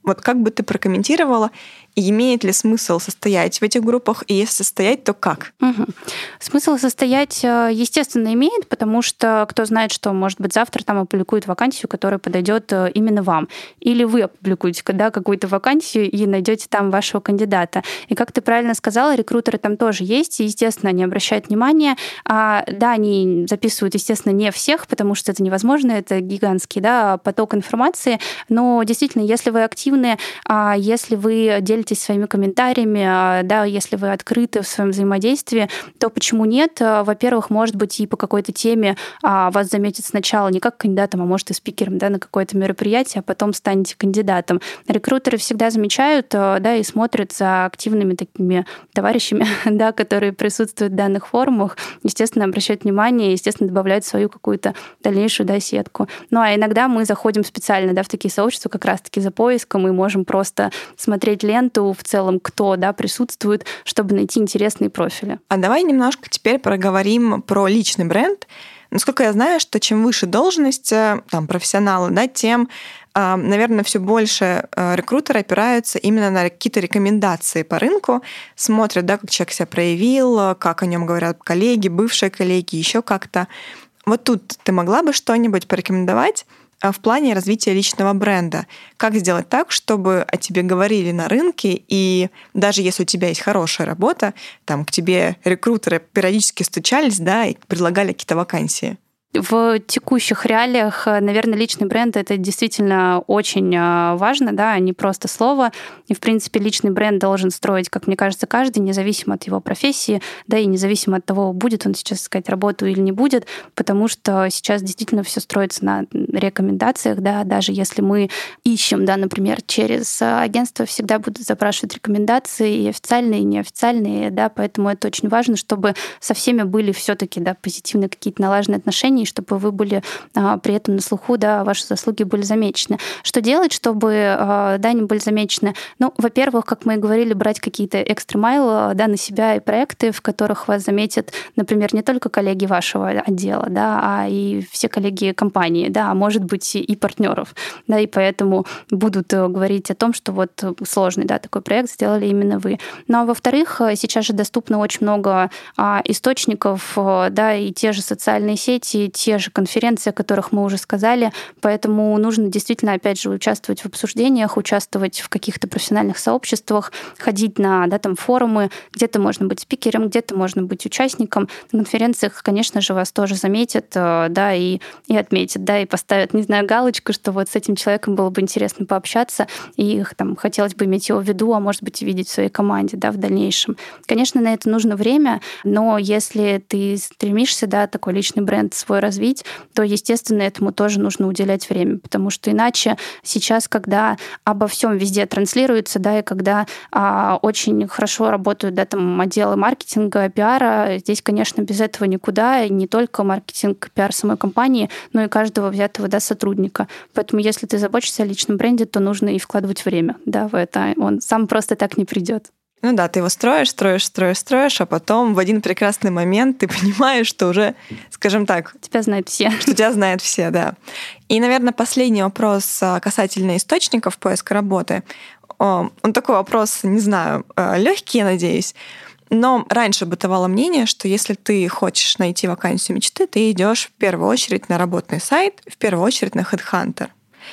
Вот как бы ты прокомментировала, и имеет ли смысл состоять в этих группах, и если состоять, то как? Угу. Смысл состоять, естественно, имеет, потому что кто знает, что, может быть, завтра там опубликуют вакансию, которая подойдет именно вам. Или вы опубликуете да, какую-то вакансию и найдете там вашего кандидата. И как ты правильно сказала, рекрутеры там тоже есть, и, естественно, они обращают внимание. А, да, они записывают, естественно, не всех, потому что это невозможно, это гигантский да, поток информации, но действительно, если вы активны, если вы делитесь своими комментариями, да, если вы открыты в своем взаимодействии, то почему нет? Во-первых, может быть, и по какой-то теме вас заметят сначала не как кандидатом, а может и спикером да, на какое-то мероприятие, а потом станете кандидатом. Рекрутеры всегда замечают да, и смотрят за активными такими товарищами, да, которые присутствуют в данных форумах, естественно, обращают внимание, естественно, добавляют свою какую-то дальнейшую да, сетку. Ну а иногда мы заходим специально да, в такие сообщества как раз-таки за поиском и можем просто смотреть ленту в целом, кто да, присутствует, чтобы найти интересные профили. А давай немножко теперь проговорим про личный бренд. Насколько я знаю, что чем выше должность там, профессионала, да, тем, наверное, все больше рекрутеры опираются именно на какие-то рекомендации по рынку, смотрят, да, как человек себя проявил, как о нем говорят коллеги, бывшие коллеги, еще как-то. Вот тут ты могла бы что-нибудь порекомендовать в плане развития личного бренда? Как сделать так, чтобы о тебе говорили на рынке, и даже если у тебя есть хорошая работа, там к тебе рекрутеры периодически стучались, да, и предлагали какие-то вакансии? В текущих реалиях, наверное, личный бренд — это действительно очень важно, да, а не просто слово. И, в принципе, личный бренд должен строить, как мне кажется, каждый, независимо от его профессии, да, и независимо от того, будет он сейчас искать работу или не будет, потому что сейчас действительно все строится на рекомендациях, да, даже если мы ищем, да, например, через агентство, всегда будут запрашивать рекомендации и официальные, и неофициальные, да, поэтому это очень важно, чтобы со всеми были все-таки, да, позитивные какие-то налаженные отношения, чтобы вы были а, при этом на слуху, да, ваши заслуги были замечены. Что делать, чтобы а, да, они были замечены? Ну, во-первых, как мы и говорили, брать какие-то экстра-майл да, на себя и проекты, в которых вас заметят, например, не только коллеги вашего отдела, да, а и все коллеги компании, да, а может быть и партнеров, да, и поэтому будут говорить о том, что вот сложный, да, такой проект сделали именно вы. Ну, а во-вторых, сейчас же доступно очень много а, источников, да, и те же социальные сети, те же конференции, о которых мы уже сказали, поэтому нужно действительно, опять же, участвовать в обсуждениях, участвовать в каких-то профессиональных сообществах, ходить на да, там, форумы, где-то можно быть спикером, где-то можно быть участником. На конференциях, конечно же, вас тоже заметят, да, и, и отметят, да, и поставят, не знаю, галочку, что вот с этим человеком было бы интересно пообщаться, и там, хотелось бы иметь его в виду, а может быть, и видеть в своей команде, да, в дальнейшем. Конечно, на это нужно время, но если ты стремишься, да, такой личный бренд свой развить, то, естественно, этому тоже нужно уделять время, потому что иначе сейчас, когда обо всем везде транслируется, да, и когда а, очень хорошо работают, да, там отделы маркетинга, пиара, здесь, конечно, без этого никуда, и не только маркетинг, пиар самой компании, но и каждого взятого, да, сотрудника. Поэтому, если ты заботишься о личном бренде, то нужно и вкладывать время, да, в это. Он сам просто так не придет. Ну да, ты его строишь, строишь, строишь, строишь, а потом в один прекрасный момент ты понимаешь, что уже, скажем так... Тебя знают все. Что тебя знают все, да. И, наверное, последний вопрос касательно источников поиска работы. Он такой вопрос, не знаю, легкий, я надеюсь. Но раньше бытовало мнение, что если ты хочешь найти вакансию мечты, ты идешь в первую очередь на работный сайт, в первую очередь на HeadHunter.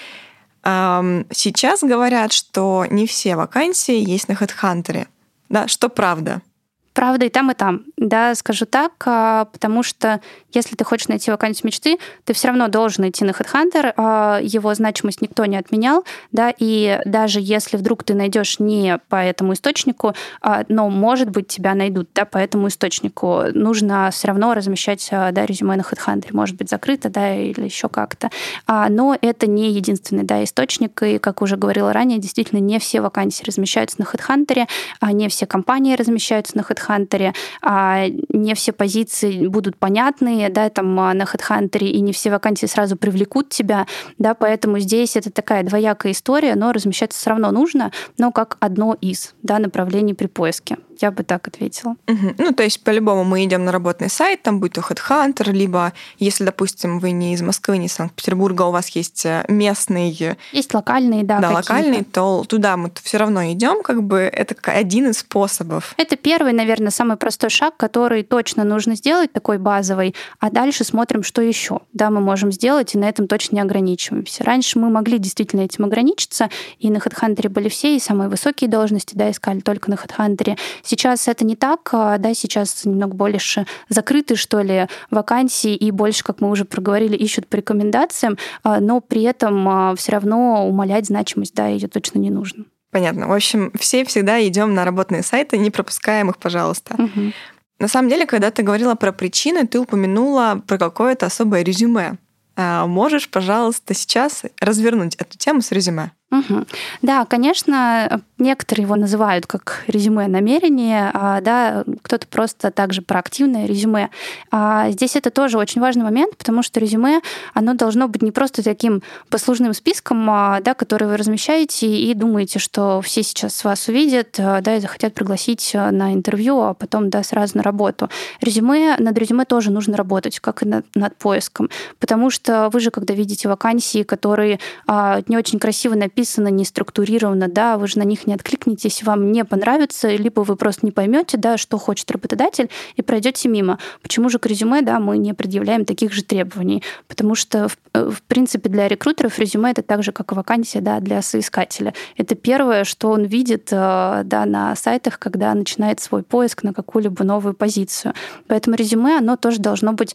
Сейчас говорят, что не все вакансии есть на HeadHunter. Да, что правда? Правда и там, и там. Да, скажу так, потому что если ты хочешь найти вакансию мечты, ты все равно должен идти на HeadHunter, его значимость никто не отменял, да, и даже если вдруг ты найдешь не по этому источнику, но, может быть, тебя найдут, да, по этому источнику, нужно все равно размещать, да, резюме на HeadHunter, может быть, закрыто, да, или еще как-то. Но это не единственный, да, источник, и, как уже говорила ранее, действительно, не все вакансии размещаются на HeadHunter, не все компании размещаются на HeadHunter, HeadHunter, не все позиции будут понятные, да, там на HeadHunter, и не все вакансии сразу привлекут тебя, да, поэтому здесь это такая двоякая история, но размещаться все равно нужно, но как одно из, да, направлений при поиске. Я бы так ответила. Угу. Ну, то есть, по-любому мы идем на работный сайт, там будь то HeadHunter, либо, если, допустим, вы не из Москвы, не из Санкт-Петербурга, у вас есть местный... Есть локальные, да, Да, какие-то. локальный, то туда мы все равно идем, как бы это один из способов. Это первый, наверное, самый простой шаг, который точно нужно сделать, такой базовый, а дальше смотрим, что еще. Да, мы можем сделать, и на этом точно не ограничиваемся. Раньше мы могли действительно этим ограничиться, и на HeadHunter были все, и самые высокие должности, да, искали только на HeadHunter. Сейчас это не так, да, сейчас немного больше закрыты, что ли, вакансии, и больше, как мы уже проговорили, ищут по рекомендациям, но при этом все равно умалять значимость, да, ее точно не нужно. Понятно. В общем, все всегда идем на работные сайты, не пропускаем их, пожалуйста. Угу. На самом деле, когда ты говорила про причины, ты упомянула про какое-то особое резюме. Можешь, пожалуйста, сейчас развернуть эту тему с резюме? Угу. Да, конечно, некоторые его называют как резюме намерения, а, да, кто-то просто также проактивное резюме. А здесь это тоже очень важный момент, потому что резюме, оно должно быть не просто таким послужным списком, а, да, который вы размещаете и думаете, что все сейчас вас увидят, да, и захотят пригласить на интервью, а потом, да, сразу на работу. Резюме, над резюме тоже нужно работать, как и над, над поиском, потому что вы же, когда видите вакансии, которые а, не очень красиво написаны, не структурировано, да, вы же на них не откликнетесь, вам не понравится, либо вы просто не поймете, да, что хочет работодатель, и пройдете мимо. Почему же к резюме, да, мы не предъявляем таких же требований? Потому что, в, в принципе, для рекрутеров резюме это так же, как и вакансия, да, для соискателя. Это первое, что он видит, да, на сайтах, когда начинает свой поиск на какую-либо новую позицию. Поэтому резюме, оно тоже должно быть,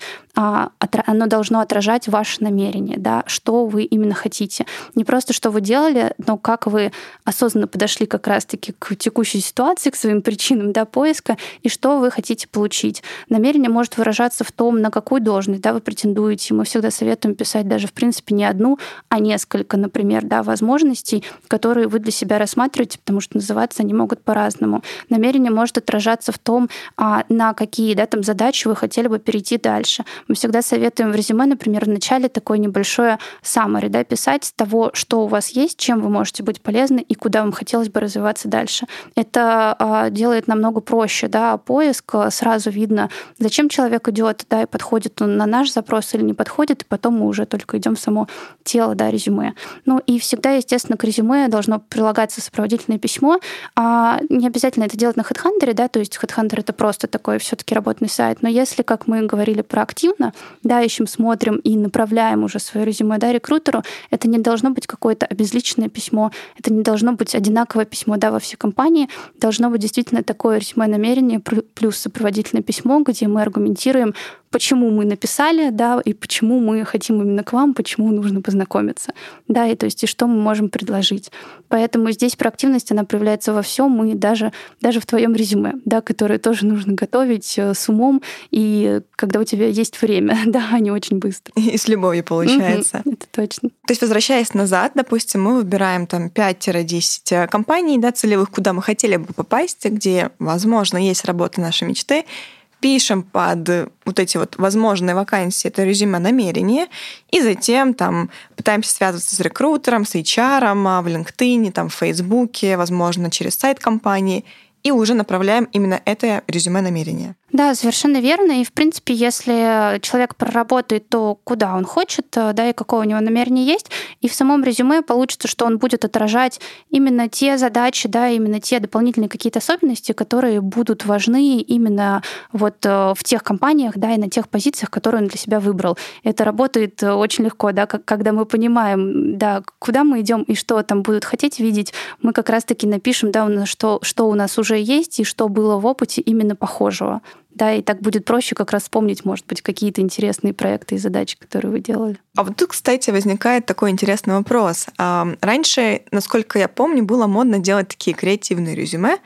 оно должно отражать ваше намерение, да, что вы именно хотите. Не просто, что вы делали, но как вы осознанно подошли как раз-таки к текущей ситуации, к своим причинам, да, поиска, и что вы хотите получить. Намерение может выражаться в том, на какую должность, да, вы претендуете. Мы всегда советуем писать даже, в принципе, не одну, а несколько, например, да, возможностей, которые вы для себя рассматриваете, потому что называться они могут по-разному. Намерение может отражаться в том, на какие, да, там задачи вы хотели бы перейти дальше. Мы всегда советуем в резюме, например, в начале такое небольшое summary, да, писать того, что у вас есть, чем вы можете быть полезны и куда вам хотелось бы развиваться дальше. Это а, делает намного проще, да, поиск, сразу видно, зачем человек идет, да, и подходит он на наш запрос или не подходит, и потом мы уже только идем в само тело, да, резюме. Ну и всегда, естественно, к резюме должно прилагаться сопроводительное письмо. А не обязательно это делать на HeadHunter, да, то есть HeadHunter — это просто такой все-таки работный сайт, но если, как мы говорили, проактивно, да, ищем, смотрим и направляем уже свое резюме, да, рекрутеру, это не должно быть какое-то обезличенное письмо, это не должно быть одинаковое письмо, да, во всей компании, должно быть действительно такое резюме намерение плюс сопроводительное письмо, где мы аргументируем, почему мы написали, да, и почему мы хотим именно к вам, почему нужно познакомиться, да, и то есть и что мы можем предложить. Поэтому здесь проактивность, она проявляется во всем, и даже, даже в твоем резюме, да, которое тоже нужно готовить с умом, и когда у тебя есть время, да, а не очень быстро. И с любовью получается. Угу, это точно. То есть, возвращаясь назад, допустим, мы выбираем там пять-десять компаний, да, целевых, куда мы хотели бы попасть, где, возможно, есть работа нашей мечты, пишем под вот эти вот возможные вакансии, это резюме намерение, и затем там пытаемся связываться с рекрутером, с эйч ар, в LinkedIn, там, в Фейсбуке, возможно, через сайт компании, и уже направляем именно это резюме намерение. Да, совершенно верно. И, в принципе, если человек проработает то, куда он хочет, да, и какое у него намерение есть, и в самом резюме получится, что он будет отражать именно те задачи, да, именно те дополнительные какие-то особенности, которые будут важны именно вот в тех компаниях, да, и на тех позициях, которые он для себя выбрал. Это работает очень легко, да, как, когда мы понимаем, да, куда мы идем и что там будут хотеть видеть, мы как раз-таки напишем, да, у нас, что, что у нас уже есть и что было в опыте именно похожего. Да, и так будет проще как раз вспомнить, может быть, какие-то интересные проекты и задачи, которые вы делали. А вот тут, кстати, возникает такой интересный вопрос. Раньше, насколько я помню, было модно делать такие креативные резюме.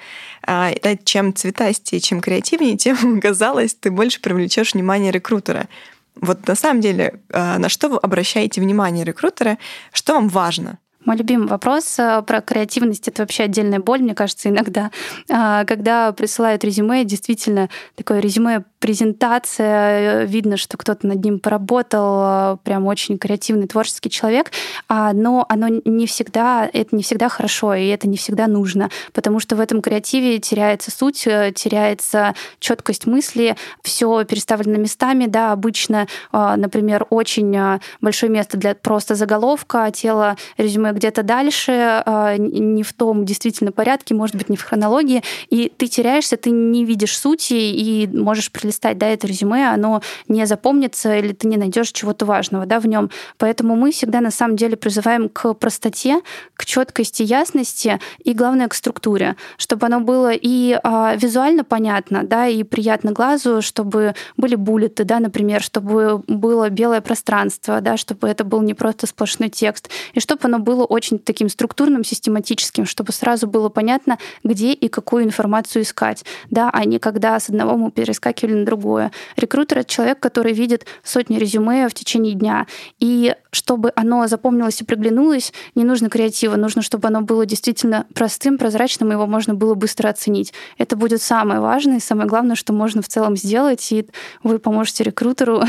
Чем цветастее, чем креативнее, тем, казалось, ты больше привлечешь внимание рекрутера. Вот на самом деле, на что вы обращаете внимание рекрутера, что вам важно? Мой любимый вопрос про креативность — это вообще отдельная боль, мне кажется, иногда. Когда присылают резюме, действительно, такое резюме презентация, видно, что кто-то над ним поработал, прям очень креативный, творческий человек, но оно не всегда, это не всегда хорошо, и это не всегда нужно, потому что в этом креативе теряется суть, теряется четкость мысли, все переставлено местами, да, обычно, например, очень большое место для просто заголовка, а тело резюме где-то дальше, не в том действительно порядке, может быть, не в хронологии, и ты теряешься, ты не видишь сути и можешь пролистать, да, это резюме, оно не запомнится, или ты не найдешь чего-то важного, да, в нем. Поэтому мы всегда на самом деле призываем к простоте, к четкости, ясности и, главное, к структуре, чтобы оно было и а, визуально понятно, да, и приятно глазу, чтобы были буллеты, да, например, чтобы было белое пространство, да, чтобы это был не просто сплошной текст, и чтобы оно было очень таким структурным, систематическим, чтобы сразу было понятно, где и какую информацию искать, да, а не когда с одного мы перескакивали на другое. Рекрутер — это человек, который видит сотни резюме в течение дня, и чтобы оно запомнилось и приглянулось, не нужно креатива, нужно, чтобы оно было действительно простым, прозрачным, и его можно было быстро оценить. Это будет самое важное, и самое главное, что можно в целом сделать, и вы поможете рекрутеру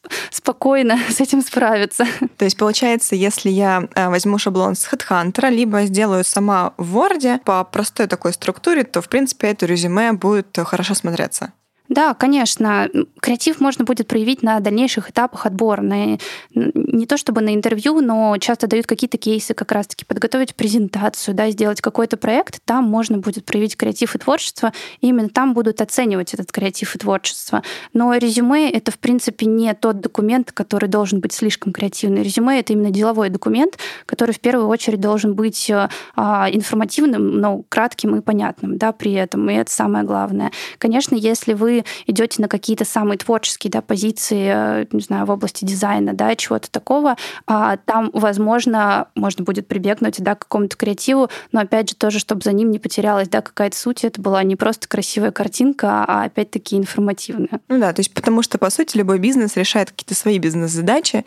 спокойно с этим справиться. То есть, получается, если я возьму шаблон с HeadHunter, либо сделаю сама в Word по простой такой структуре, то, в принципе, это резюме будет хорошо смотреться. Да, конечно. Креатив можно будет проявить на дальнейших этапах отбора. На, не то чтобы на интервью, но часто дают какие-то кейсы как раз-таки подготовить презентацию, да, сделать какой-то проект. Там можно будет проявить креатив и творчество. И именно там будут оценивать этот креатив и творчество. Но резюме — это, в принципе, не тот документ, который должен быть слишком креативный. Резюме — это именно деловой документ, который в первую очередь должен быть а, информативным, но кратким и понятным, да, при этом. И это самое главное. Конечно, если вы идете на какие-то самые творческие, да, позиции, не знаю, в области дизайна, да, чего-то такого, там, возможно, можно будет прибегнуть, да, к какому-то креативу, но, опять же, тоже, чтобы за ним не потерялась, да, какая-то суть, это была не просто красивая картинка, а, опять-таки, информативная. Ну да, то есть потому что, по сути, любой бизнес решает какие-то свои бизнес-задачи,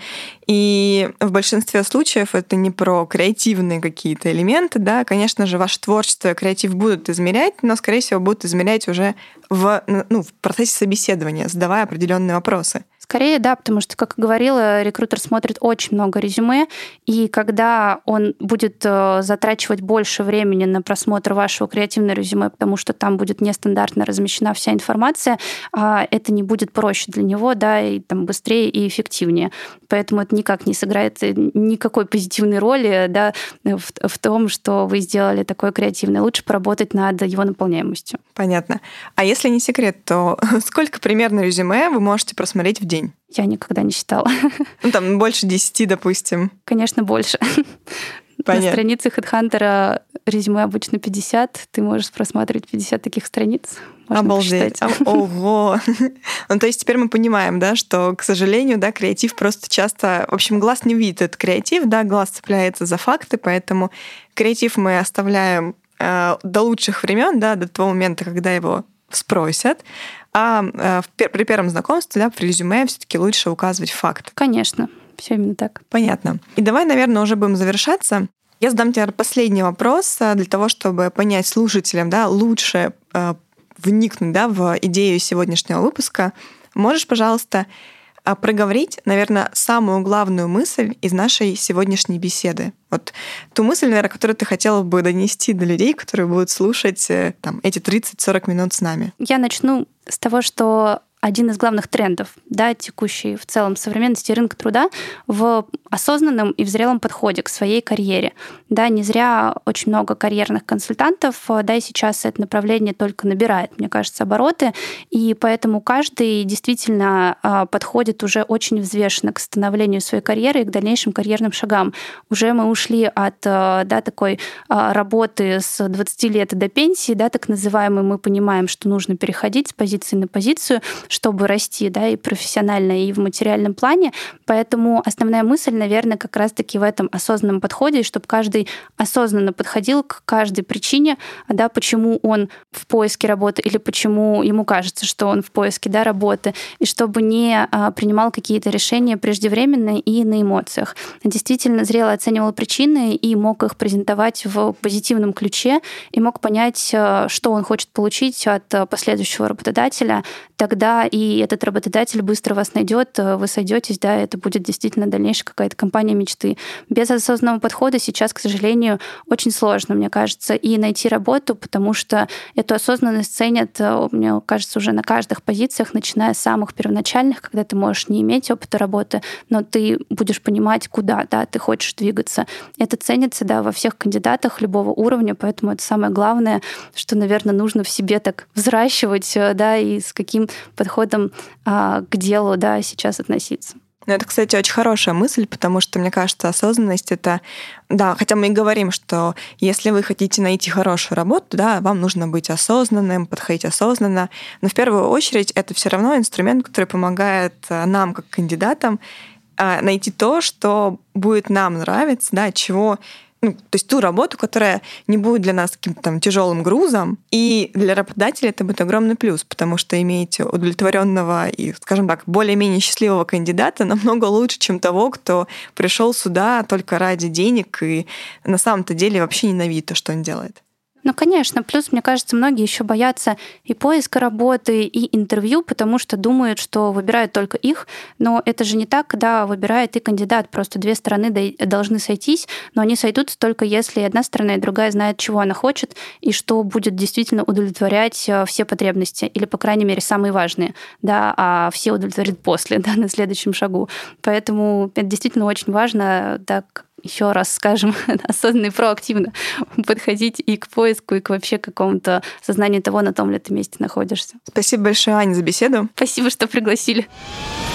и в большинстве случаев это не про креативные какие-то элементы, да, конечно же, ваше творчество и креатив будут измерять, но, скорее всего, будут измерять уже в, ну, в процессе собеседования, задавая определенные вопросы. Скорее, да, потому что, как говорила, рекрутер смотрит очень много резюме, и когда он будет затрачивать больше времени на просмотр вашего креативного резюме, потому что там будет нестандартно размещена вся информация, это не будет проще для него, да, и там быстрее и эффективнее. Поэтому это никак не сыграет никакой позитивной роли, да, в, в том, что вы сделали такое креативное. Лучше поработать над его наполняемостью. Понятно. А если не секрет, то сколько примерно резюме вы можете просмотреть в день? Я никогда не считала. Ну, там больше десяти, допустим. Конечно, больше. Понятно. На странице HeadHunter резюме обычно пятьдесят. Ты можешь просматривать пятьдесят таких страниц. Можно Обалдеть. посчитать. Ого. Ну, то есть теперь мы понимаем, да, что, к сожалению, да, креатив просто часто... В общем, глаз не видит этот креатив, да, глаз цепляется за факты, поэтому креатив мы оставляем э, до лучших времен, да, до того момента, когда его спросят. А э, при первом знакомстве, да, в резюме все-таки лучше указывать факт. Конечно. Все именно так. Понятно. И давай, наверное, уже будем завершаться. Я задам тебе последний вопрос для того, чтобы понять слушателям, да, лучше э, вникнуть, да, в идею сегодняшнего выпуска. Можешь, пожалуйста, проговорить, наверное, самую главную мысль из нашей сегодняшней беседы? Вот ту мысль, наверное, которую ты хотела бы донести до людей, которые будут слушать там, эти тридцать-сорок минут с нами. Я начну с того, что один из главных трендов, да, текущей в целом современности рынка труда в осознанном и в зрелом подходе к своей карьере. Да, не зря очень много карьерных консультантов, да, и сейчас это направление только набирает, мне кажется, обороты, и поэтому каждый действительно подходит уже очень взвешенно к становлению своей карьеры и к дальнейшим карьерным шагам. Уже мы ушли от, да, такой работы с двадцати лет до пенсии, да, так называемой, мы понимаем, что нужно переходить с позиции на позицию, чтобы расти, да, и профессионально, и в материальном плане. Поэтому основная мысль, наверное, как раз-таки в этом осознанном подходе, чтобы каждый осознанно подходил к каждой причине, да, почему он в поиске работы или почему ему кажется, что он в поиске, да, работы, и чтобы не принимал какие-то решения преждевременные и на эмоциях. Действительно зрело оценивал причины и мог их презентовать в позитивном ключе, и мог понять, что он хочет получить от последующего работодателя. Тогда да, и этот работодатель быстро вас найдет, вы сойдетесь, да, это будет действительно дальнейшая какая-то компания мечты. Без осознанного подхода сейчас, к сожалению, очень сложно, мне кажется, и найти работу, потому что эту осознанность ценят, мне кажется, уже на каждых позициях, начиная с самых первоначальных, когда ты можешь не иметь опыта работы, но ты будешь понимать, куда, да, ты хочешь двигаться. Это ценится, да, во всех кандидатах любого уровня, поэтому это самое главное, что, наверное, нужно в себе так взращивать, да, и с каким подходом а, к делу, да, сейчас относиться. Ну, это, кстати, очень хорошая мысль, потому что, мне кажется, осознанность — это... Да, хотя мы и говорим, что если вы хотите найти хорошую работу, да, вам нужно быть осознанным, подходить осознанно, но в первую очередь это все равно инструмент, который помогает нам, как кандидатам, найти то, что будет нам нравиться, да, чего... Ну, то есть ту работу, которая не будет для нас каким-то там тяжелым грузом. И для работодателя это будет огромный плюс, потому что иметь удовлетворенного и, скажем так, более-менее счастливого кандидата намного лучше, чем того, кто пришел сюда только ради денег и на самом-то деле вообще ненавидит то, что он делает. Ну, конечно. Плюс, мне кажется, многие еще боятся и поиска работы, и интервью, потому что думают, что выбирают только их. Но это же не так, когда выбирает и кандидат. Просто две стороны должны сойтись, но они сойдутся только если одна сторона и другая знает, чего она хочет, и что будет действительно удовлетворять все потребности, или, по крайней мере, самые важные, да, а все удовлетворит после, да, на следующем шагу. Поэтому это действительно очень важно, так еще раз скажем, осознанно и проактивно подходить и к поиску, и к вообще какому-то сознанию того, на том ли ты месте находишься. Спасибо большое, Аня, за беседу. Спасибо, что пригласили.